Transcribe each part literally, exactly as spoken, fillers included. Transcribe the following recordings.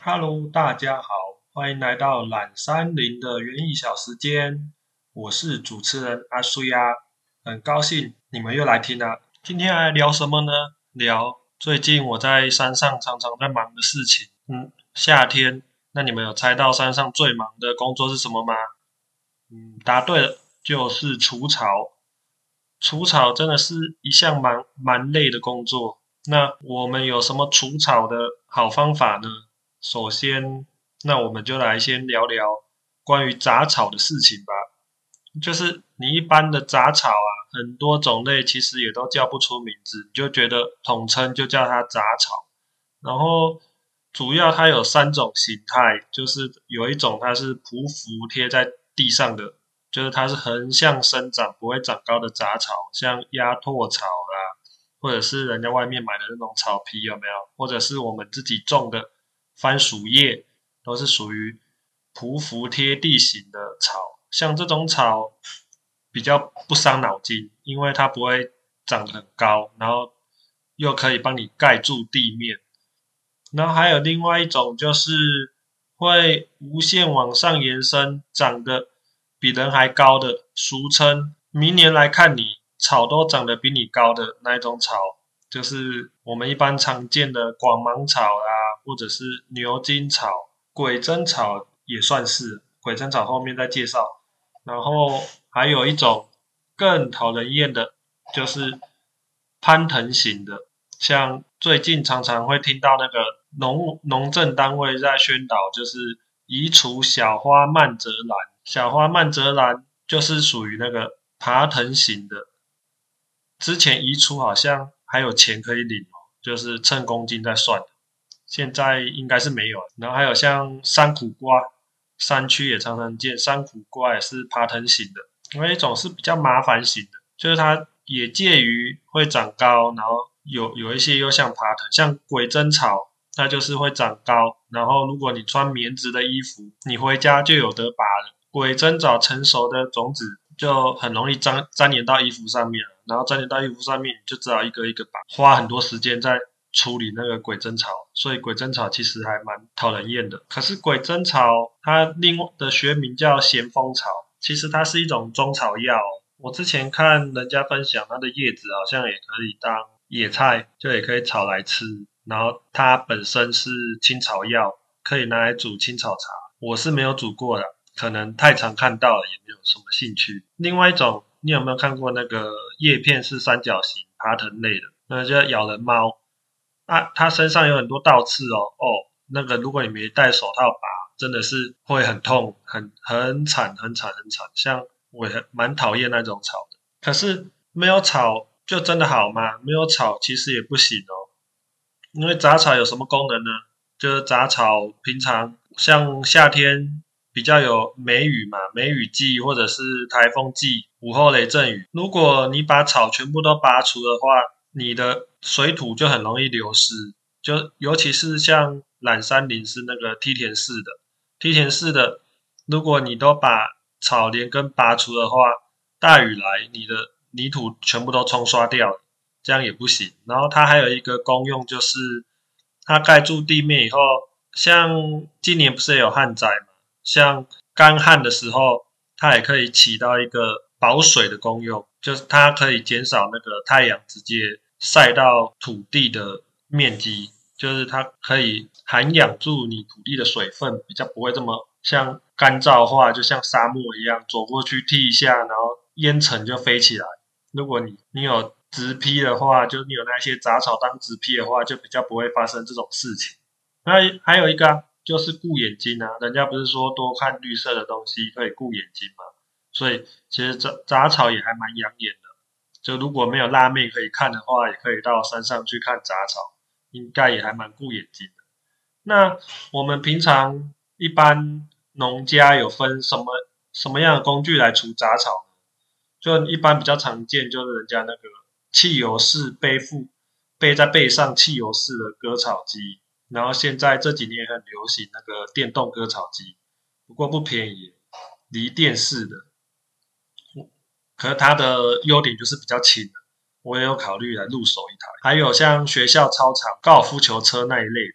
Hello，大家好，欢迎来到懒山林的园艺小时间，我是主持人阿苏呀，很高兴你们又来听啦。今天来聊什么呢？聊最近我在山上常常在忙的事情。嗯，夏天，那你们有猜到山上最忙的工作是什么吗？嗯，答对了，就是除草。除草真的是一项蛮蛮累的工作。那我们有什么除草的好方法呢？首先，那我们就来先聊聊关于杂草的事情吧。就是你一般的杂草啊，很多种类其实也都叫不出名字，你就觉得统称就叫它杂草。然后主要它有三种形态，就是有一种它是匍匐贴在地上的，就是它是横向生长不会长高的杂草，像鸭拓草啦，或者是人家外面买的那种草皮有没有？或者是我们自己种的番薯叶，都是属于匍匐贴地型的草。像这种草比较不伤脑筋，因为它不会长得很高，然后又可以帮你盖住地面。然后还有另外一种就是会无限往上延伸，长得比人还高的，俗称明年来看你草都长得比你高的那一种草，就是我们一般常见的广芒草啦，或者是牛筋草、鬼针草也算是，鬼针草后面再介绍。然后还有一种更讨人厌的，就是攀藤型的，像最近常常会听到那个农农政单位在宣导，就是移除小花曼泽兰。小花曼泽兰就是属于那个爬藤型的，之前移除好像还有钱可以领哦，就是称公斤在算的，现在应该是没有了。然后还有像山苦瓜，山区也常常见，山苦瓜也是爬藤型的。另外一种是比较麻烦型的，就是它也介于会长高，然后有有一些又像爬藤，像鬼针草，它就是会长高，然后如果你穿棉质的衣服，你回家就有得拔了。鬼针草成熟的种子就很容易粘粘连到衣服上面，然后粘连到衣服上面，就只好一个一个拔，花很多时间在处理那个鬼针草，所以鬼针草其实还蛮讨人厌的。可是鬼针草它另外的学名叫咸丰草，其实它是一种中草药哦。我之前看人家分享它的叶子好像也可以当野菜，就也可以炒来吃。然后它本身是青草药，可以拿来煮青草茶。我是没有煮过的，可能太常看到了，也没有什么兴趣。另外一种，你有没有看过那个叶片是三角形爬藤类的？那叫咬人猫啊，它身上有很多倒刺哦哦，那个如果你没戴手套拔，真的是会很痛，很很惨，很惨，很惨。像我也蛮讨厌那种草的，可是没有草就真的好吗？没有草其实也不行哦，因为杂草有什么功能呢？就是杂草平常像夏天比较有梅雨嘛，梅雨季或者是台风季、午后雷阵雨，如果你把草全部都拔除的话，你的水土就很容易流失。就尤其是像懒山林是那个梯田式的，梯田式的，如果你都把草连根拔除的话，大雨来，你的泥土全部都冲刷掉了。这样也不行。然后它还有一个功用，就是它盖住地面以后，像今年不是也有旱灾嘛？像干旱的时候，它也可以起到一个保水的功用，就是它可以减少那个太阳直接晒到土地的面积，就是它可以涵养住你土地的水分，比较不会这么像干燥化，就像沙漠一样，走过去踢一下，然后烟尘就飞起来。如果你你有植批的话，就你有那些杂草当植批的话，就比较不会发生这种事情。那还有一个啊，就是顾眼睛啊，人家不是说多看绿色的东西可以顾眼睛吗？所以其实杂杂草也还蛮养眼的。就如果没有辣妹可以看的话，也可以到山上去看杂草，应该也还蛮顾眼睛的。那我们平常一般农家有分什么什么样的工具来除杂草呢？就一般比较常见就是人家那个汽油式背负背在背上汽油式的割草机，然后现在这几年也很流行那个电动割草机，不过不便宜，锂电式的，可是它的优点就是比较轻的，我也有考虑来入手一台。还有像学校操场、高尔夫球车那一类的，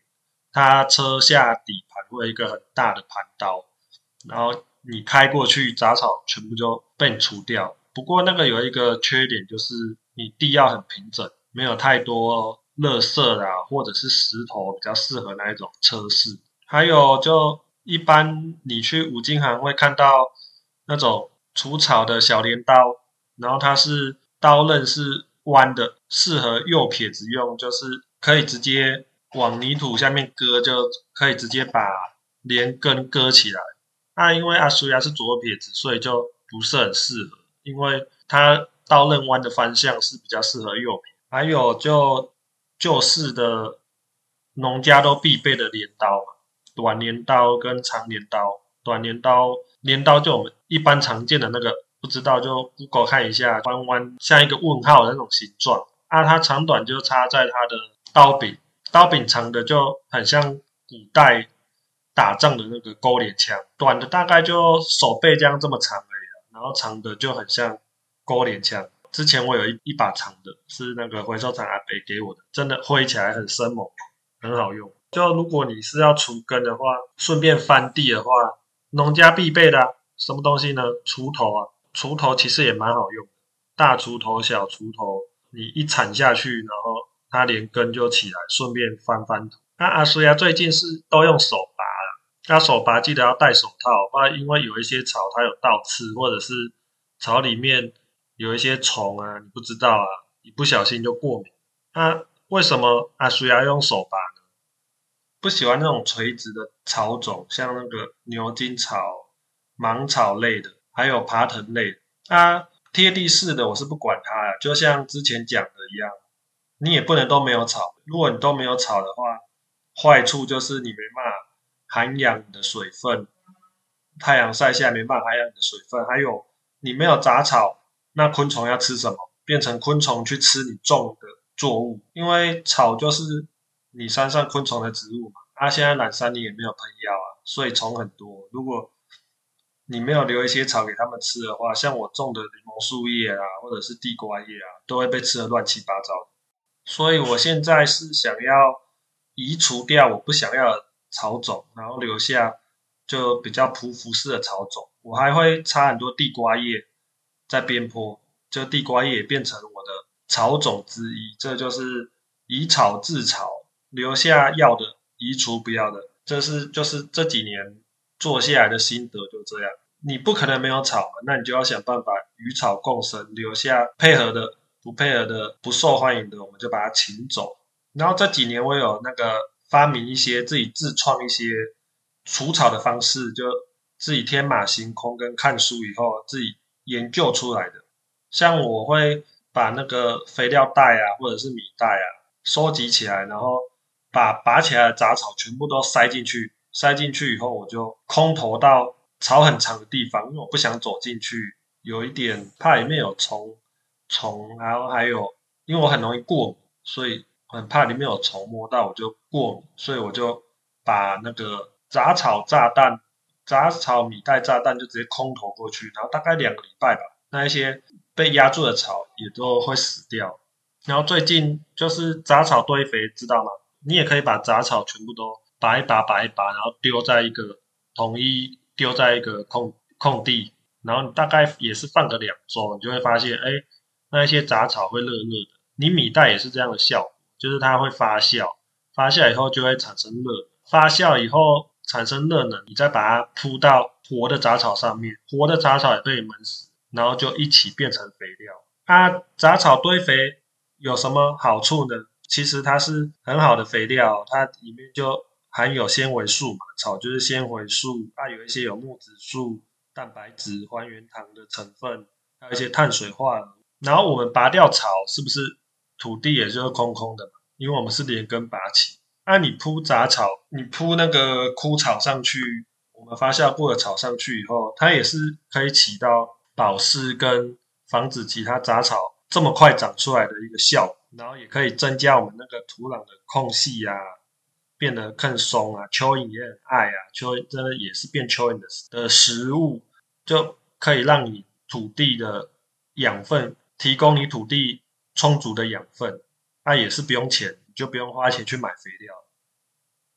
它车下底盘会有一个很大的盘刀，然后你开过去，杂草全部就被你除掉。不过那个有一个缺点，就是你地要很平整，没有太多垃圾啦，或者是石头，比较适合那一种车式。还有就一般你去五金行会看到那种除草的小镰刀，然后它是刀刃是弯的，适合右撇子用，就是可以直接往泥土下面割，就可以直接把连根割起来。那因为阿苏亚是左撇子，所以就不是很适合，因为它刀刃弯的方向是比较适合右撇。还有就旧式的农家都必备的镰刀嘛，短镰刀跟长镰刀。短镰刀，镰刀就我们一般常见的那个，不知道就 Google 看一下，弯弯像一个问号的那种形状。啊，它长短就差在它的刀柄，刀柄长的就很像古代打仗的那个钩镰枪，短的大概就手背这样这么长而已了，然后长的就很像钩镰枪。之前我有一一把长的，是那个回收厂阿北给我的，真的挥起来很生猛，很好用。就如果你是要除根的话，顺便翻地的话，农家必备的、啊、什么东西呢？锄头啊，锄头其实也蛮好用的，大锄头、小锄头，你一铲下去，然后它连根就起来，顺便翻翻土。那阿苏亚最近是都用手拔啦，那手拔记得要戴手套，不然因为有一些草它有倒刺，或者是草里面有一些虫啊，你不知道啊，你不小心就过敏。那为什么阿苏亚用手拔呢？不喜欢那种垂直的草种，像那个牛筋草、芒草类的，还有爬藤类的。它贴地式的我是不管它的，就像之前讲的一样，你也不能都没有草。如果你都没有草的话，坏处就是你没办法涵养你的水分，太阳晒下没办法涵养你的水分，还有你没有杂草，那昆虫要吃什么？变成昆虫去吃你种的作物，因为草就是你山上昆虫的植物嘛。啊，现在懒山你也没有喷药啊，所以虫很多。如果你没有留一些草给他们吃的话，像我种的柠檬树叶啊，或者是地瓜叶啊，都会被吃得乱七八糟的。所以我现在是想要移除掉我不想要的草种，然后留下就比较匍匐式的草种。我还会插很多地瓜叶在边坡，就地瓜叶也变成我的草种之一。这就是以草治草，留下要的，移除不要的。这是就是这几年做下来的心得，就这样。你不可能没有草嘛，那你就要想办法与草共生，留下配合的，不配合的、不受欢迎的，我们就把它请走。然后这几年我有那个发明一些自己自创一些除草的方式，就自己天马行空跟看书以后自己研究出来的。像我会把那个肥料袋啊，或者是米袋啊，收集起来，然后把拔起来的杂草全部都塞进去。塞进去以后，我就空投到草很长的地方，因为我不想走进去，有一点怕里面有虫虫，然后还有因为我很容易过敏，所以很怕里面有虫摸到我就过敏，所以我就把那个杂草炸弹、杂草米袋炸弹就直接空投过去，然后大概两个礼拜吧，那一些被压住的草也都会死掉。然后最近就是杂草堆肥，知道吗？你也可以把杂草全部都拔一拔、拔一拔，然后丢在一个统一丢在一个空空地，然后你大概也是放个两周，你就会发现，哎，那一些杂草会热热的。你米袋也是这样的效果，就是它会发酵，发酵以后就会产生热，发酵以后产生热能，你再把它铺到活的杂草上面，活的杂草也被闷死，然后就一起变成肥料。啊，杂草堆肥有什么好处呢？其实它是很好的肥料，它里面就含有纤维素嘛，草就是纤维素，它有一些有木质素、蛋白质、还原糖的成分，还有一些碳水化合物。然后我们拔掉草，是不是土地也就是空空的嘛？因为我们是连根拔起。那、啊、你铺杂草，你铺那个枯草上去，我们发酵过的草上去以后，它也是可以起到保湿跟防止其他杂草这么快长出来的一个效果，然后也可以增加我们那个土壤的空隙啊，变得更松啊。蚯蚓也很爱啊，蚯蚓真的也是变蚯蚓的的食物，就可以让你土地的养分提供你土地充足的养分，那、啊、也是不用钱，你就不用花钱去买肥料。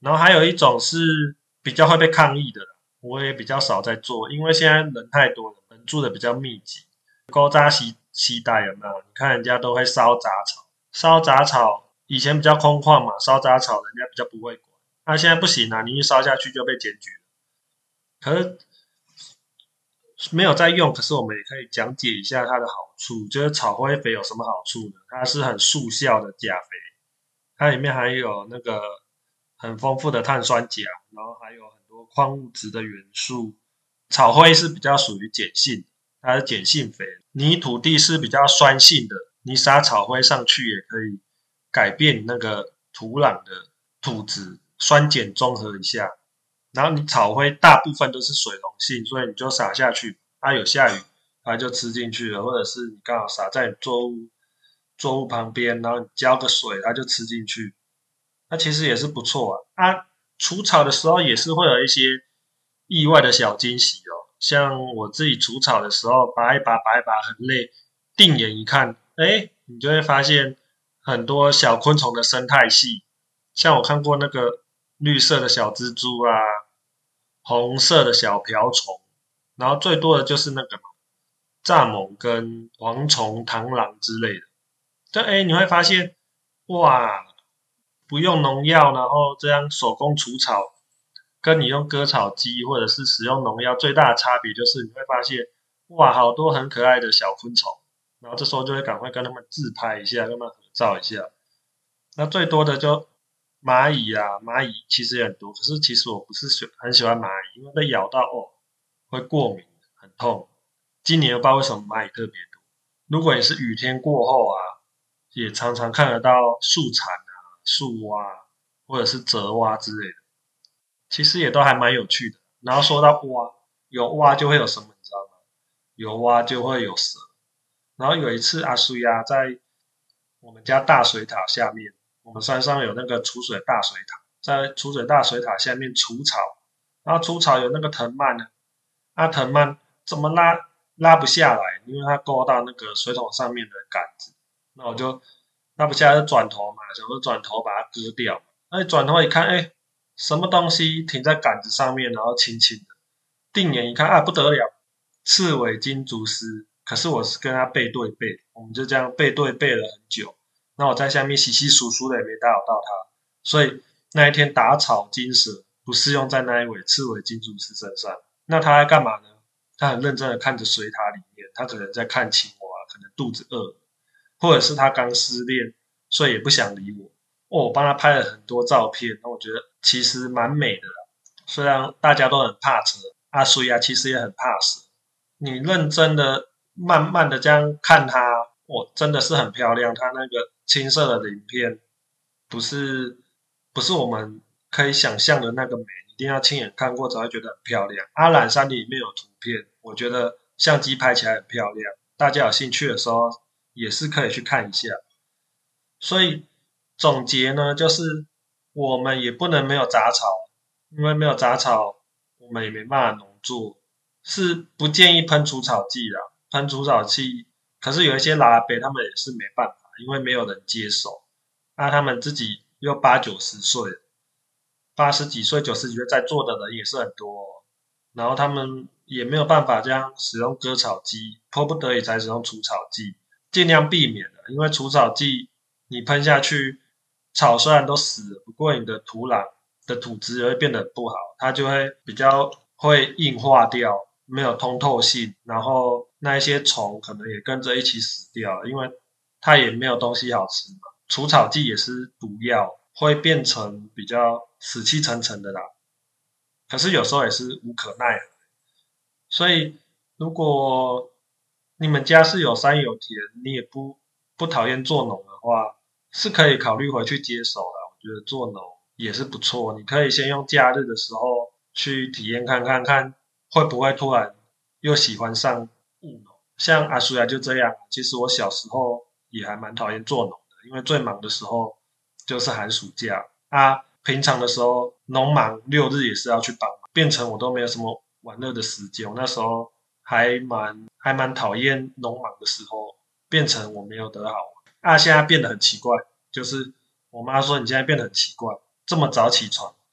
然后还有一种是比较会被抗议的，我也比较少在做，因为现在人太多了，人住的比较密集。古早时时代有没有？你看人家都会烧杂草，烧杂草以前比较空旷嘛，烧杂草人家比较不会管。那、啊、现在不行啊，你一烧下去就被检举了。可是没有在用，可是我们也可以讲解一下它的好处，就是草灰肥有什么好处呢？它是很速效的钾肥，它里面含有那个很丰富的碳酸钾，然后还有很多矿物质的元素。草灰是比较属于碱性，它是碱性肥。泥土地是比较酸性的，你撒草灰上去也可以改变那个土壤的土质，酸碱中和一下。然后你草灰大部分都是水溶性，所以你就撒下去，它有下雨，它就吃进去了，或者是你刚好撒在你作物作物旁边，然后你浇个水，它就吃进去，那其实也是不错啊。啊，除草的时候也是会有一些意外的小惊喜哦，像我自己除草的时候，拔一拔拔一拔很累，定眼一看，哎，你就会发现很多小昆虫的生态系，像我看过那个绿色的小蜘蛛啊，红色的小瓢虫，然后最多的就是那个蚱蜢跟蝗虫、螳螂之类的。这哎，你会发现，哇，不用农药，然后这样手工除草，跟你用割草机或者是使用农药最大的差别就是你会发现，哇，好多很可爱的小昆虫，然后这时候就会赶快跟他们自拍一下，跟他们合照一下。那最多的就蚂蚁啊，蚂蚁其实也很多，可是其实我不是喜很喜欢蚂蚁，因为被咬到哦会过敏，很痛。今年又不知道为什么蚂蚁特别多。如果你是雨天过后啊，也常常看得到树蚕啊、树蛙或者是泽蛙之类的，其实也都还蛮有趣的。然后说到蛙，有蛙就会有什么，你知道吗？有蛙就会有蛇。然后有一次阿苏亚在我们家大水塔下面，我们山上有那个储水大水塔，在储水大水塔下面除草，然后除草有那个藤蔓呢，那藤蔓怎么拉拉不下来，因为它勾到那个水桶上面的杆子，那我就拉不下来就转头嘛，想说转头把它割掉，哎，转头一看，哎，什么东西停在杆子上面，然后轻轻的，定眼一看啊，不得了，刺尾金竹丝。可是我是跟他背对背，我们就这样背对背了很久。那我在下面稀稀疏疏的也没打扰到他，所以那一天打草惊蛇不适用在那一尾刺尾金竹丝身上。那他在干嘛呢？他很认真的看着水塔里面，他可能在看青蛙，可能肚子饿，或者是他刚失恋，所以也不想理我。哦，我帮他拍了很多照片，那我觉得其实蛮美的啦。虽然大家都很怕蛇，阿苏亚其实也很怕蛇。你认真的、慢慢的这样看它，哦，真的是很漂亮。它那个青色的鳞片，不是不是我们可以想象的那个美，一定要亲眼看过才会觉得很漂亮。阿懒山里面有图片，我觉得相机拍起来很漂亮。大家有兴趣的时候，也是可以去看一下。所以总结呢，就是我们也不能没有杂草，因为没有杂草，我们也没办法农作。是不建议喷除草剂啦，喷除草剂，可是有一些拉贝他们也是没办法，因为没有人接手，那他们自己又八九十岁，八十几岁、九十几岁在做的人也是很多哦，然后他们也没有办法这样使用割草机，迫不得已才使用除草剂，尽量避免的，因为除草剂你喷下去，草虽然都死了，不过你的土壤的土质也会变得不好，它就会比较会硬化掉，没有通透性，然后那一些虫可能也跟着一起死掉，因为它也没有东西好吃嘛。除草剂也是毒药，会变成比较死气沉沉的啦。可是有时候也是无可奈何，所以如果你们家是有山有田，你也不不讨厌做农的话，是可以考虑回去接手的。我觉得做农也是不错，你可以先用假日的时候去体验看看，看会不会突然又喜欢上务农。像阿苏亚就这样，其实我小时候也还蛮讨厌做农的，因为最忙的时候就是寒暑假啊，平常的时候农忙六日也是要去帮忙，变成我都没有什么玩乐的时间。我那时候还蛮还蛮讨厌农忙的时候，变成我没有得好玩啊。现在变得很奇怪，就是我妈说你现在变得很奇怪，这么早起床，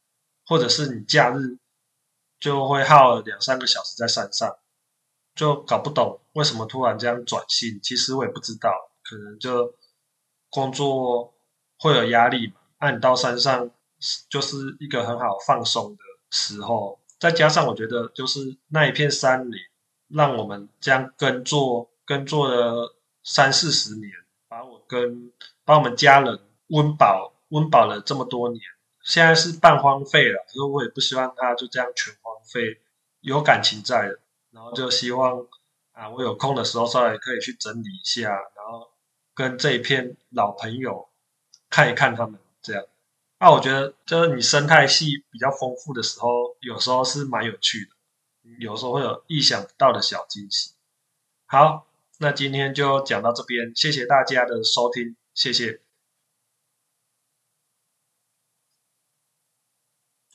或者是你假日就会耗了两三个小时在山上，就搞不懂为什么突然这样转性。其实我也不知道，可能就工作会有压力嘛，那你到山上就是一个很好放松的时候，再加上我觉得就是那一片山林，让我们这样耕作耕作了三四十年，把我跟把我们家人温饱温饱了这么多年，现在是半荒废了，所以我也不希望它就这样全荒废，有感情在的，然后就希望啊，我有空的时候稍微可以去整理一下，然后跟这一片老朋友看一看他们这样。那我觉得就是你生态系比较丰富的时候，有时候是蛮有趣的，有时候会有意想不到的小惊喜。好，那今天就讲到这边，谢谢大家的收听，谢谢。